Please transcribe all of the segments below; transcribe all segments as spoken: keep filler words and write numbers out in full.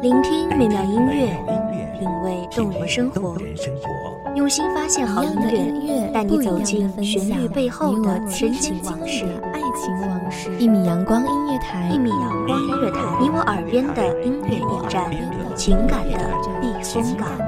聆听美妙音乐，品味动人生活，用心发现好音乐，带你走进旋律背后的深情往事。 爱情往事，一米阳光音乐台， 一米阳光音乐台，你我耳边的音乐驿站，情感的避风港。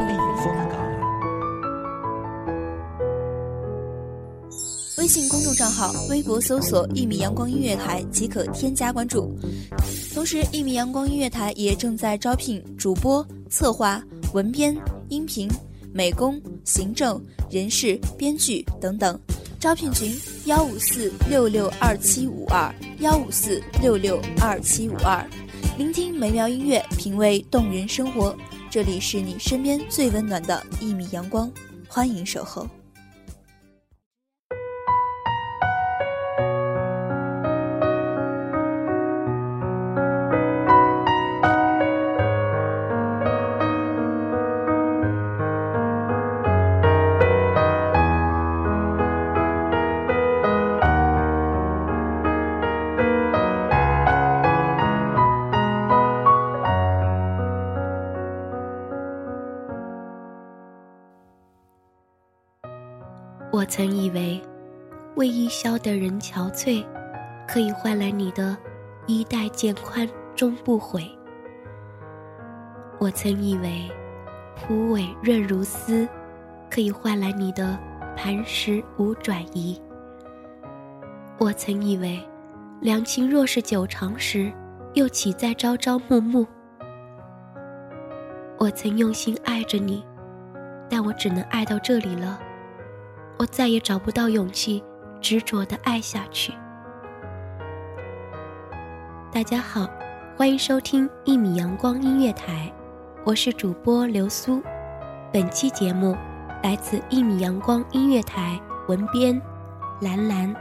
微信公众账号、微博搜索“一米阳光音乐台”即可添加关注。同时，一米阳光音乐台也正在招聘主播、策划、文编、音频、美工、行政、人事、编剧等等。招聘群：幺五四六六二七五二幺五四六六二七五二。聆听美妙音乐，品味动人生活。这里是你身边最温暖的一米阳光，欢迎守候。 我曾以为为一宵的人憔悴，可以换来你的衣带渐宽终不悔。我曾以为蒲苇润如丝，可以换来你的磐石无转移。我曾以为两情若是久长时，又岂在朝朝暮暮。我曾用心爱着你，但我只能爱到这里了。我再也找不到勇气执着地爱下去。大家好，欢迎收听一米阳光音乐台，我是主播刘苏。本期节目来自一米阳光音乐台，文编兰兰。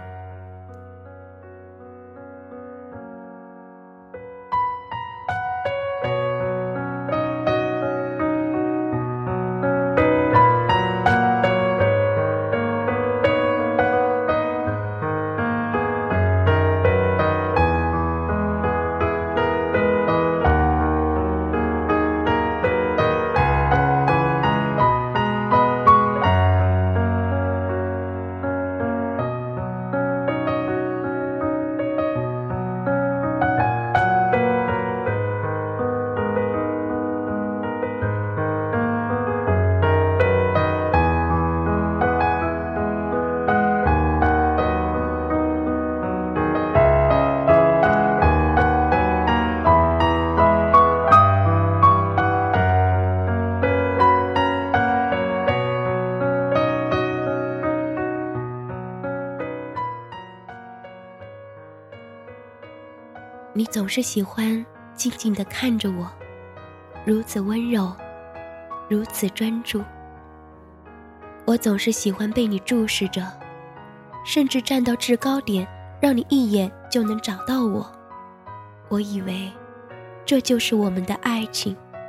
你总是喜欢静静地看着我，如此温柔，如此专注。我总是喜欢被你注视着，甚至站到制高点，让你一眼就能找到我。我以为这就是我们的爱情。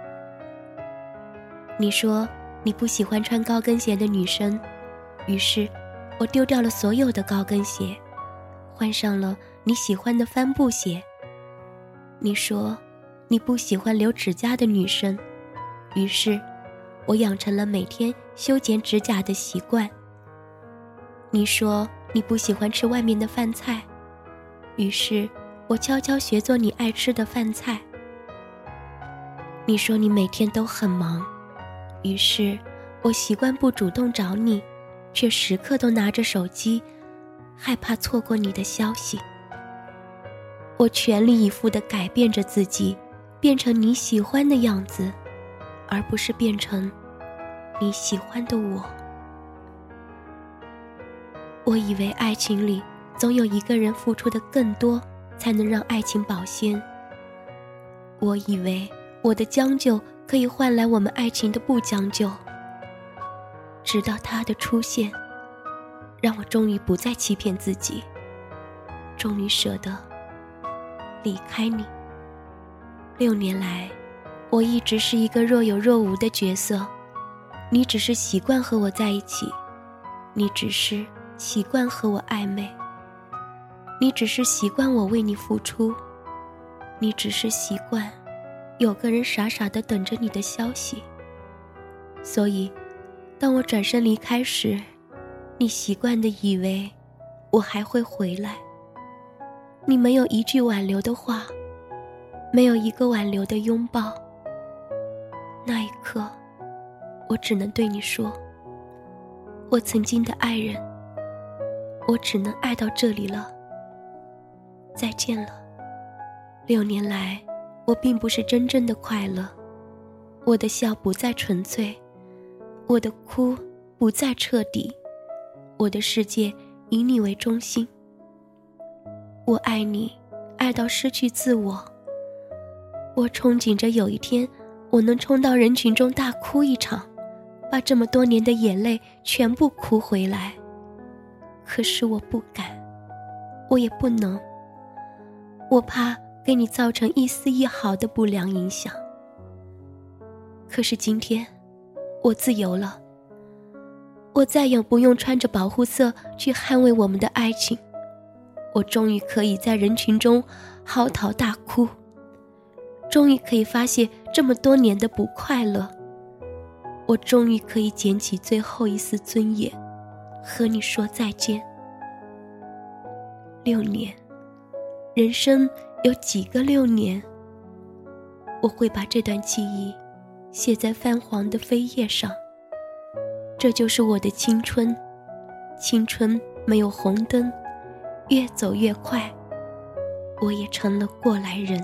你说你不喜欢穿高跟鞋的女生，于是我丢掉了所有的高跟鞋，换上了你喜欢的帆布鞋。你说你不喜欢留指甲的女生，于是我养成了每天修剪指甲的习惯。你说你不喜欢吃外面的饭菜，于是我悄悄学做你爱吃的饭菜。你说你每天都很忙，于是我习惯不主动找你，却时刻都拿着手机，害怕错过你的消息。我全力以赴地改变着自己，变成你喜欢的样子，而不是变成你喜欢的我。我以为爱情里总有一个人付出的更多，才能让爱情保鲜。我以为我的将就可以换来我们爱情的不将就，直到他的出现，让我终于不再欺骗自己，终于舍得离开你。六年来，我一直是一个若有若无的角色，你只是习惯和我在一起，你只是习惯和我暧昧，你只是习惯我为你付出，你只是习惯有个人傻傻地等着你的消息。所以当我转身离开时，你习惯地以为我还会回来。你没有一句挽留的话，没有一个挽留的拥抱。那一刻，我只能对你说，我曾经的爱人，我只能爱到这里了，再见了。六年来，我并不是真正的快乐，我的笑不再纯粹，我的哭不再彻底，我的世界以你为中心。我爱你，爱到失去自我。我憧憬着有一天，我能冲到人群中大哭一场，把这么多年的眼泪全部哭回来。可是我不敢，我也不能，我怕给你造成一丝一毫的不良影响。可是今天，我自由了，我再也不用穿着保护色去捍卫我们的爱情。我终于可以在人群中嚎啕大哭，终于可以发泄这么多年的不快乐。我终于可以捡起最后一丝尊严，和你说再见。六年，人生有几个六年？我会把这段记忆写在泛黄的扉页上。这就是我的青春，青春没有红灯，越走越快，我也成了过来人。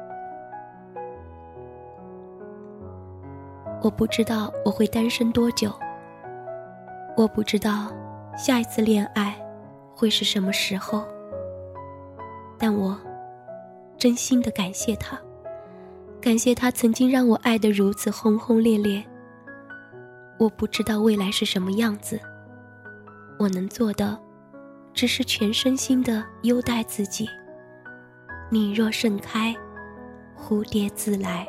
我不知道我会单身多久，我不知道下一次恋爱会是什么时候，但我真心地感谢他，感谢他曾经让我爱得如此轰轰烈烈。我不知道未来是什么样子，我能做的只是全身心地优待自己。你若盛开，蝴蝶自来。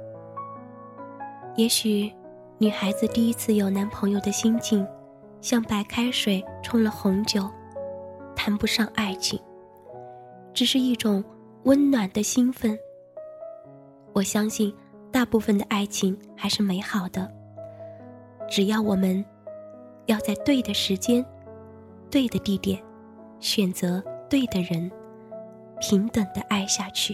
也许女孩子第一次有男朋友的心境，像白开水冲了红酒，谈不上爱情，只是一种温暖的兴奋。我相信大部分的爱情还是美好的，只要我们要在对的时间、对的地点，选择对的人，平等地爱下去。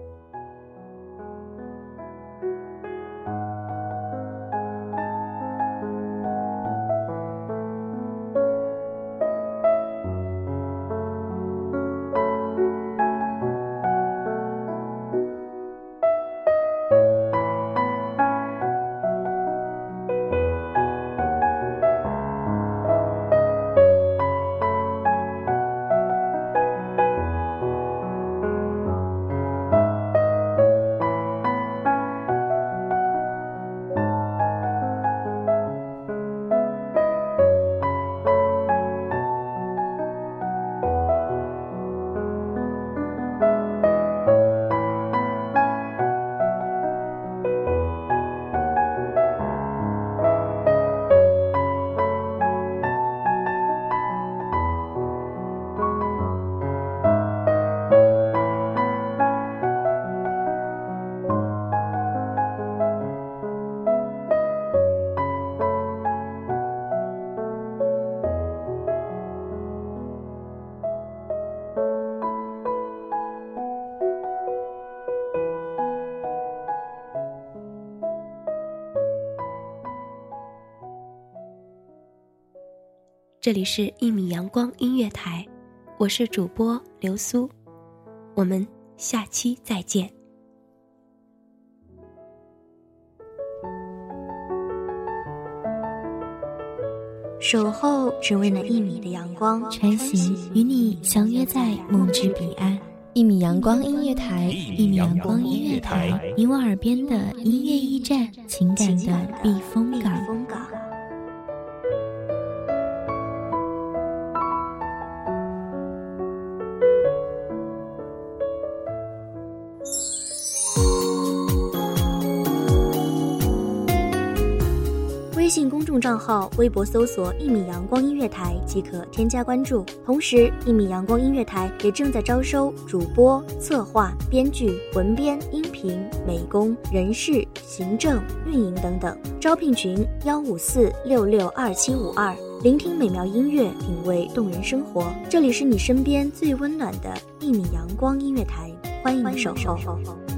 这里是一米阳光音乐台，我是主播刘苏，我们下期再见。 守候只为那一米的阳光， 穿行与你相约在梦之彼岸。一米阳光音乐台，一米阳光音乐台，你我耳边的音乐驿站，情感的避风港。 微信公众账号、微博搜索“一米阳光音乐台”即可添加关注。同时，一米阳光音乐台也正在招收主播、策划、编剧、文编、音频评、美工、人事、行政、运营等等。招聘群幺五四六六二七五二。聆听美妙音乐，品味动人生活。这里是你身边最温暖的一米阳光音乐台，欢迎守候。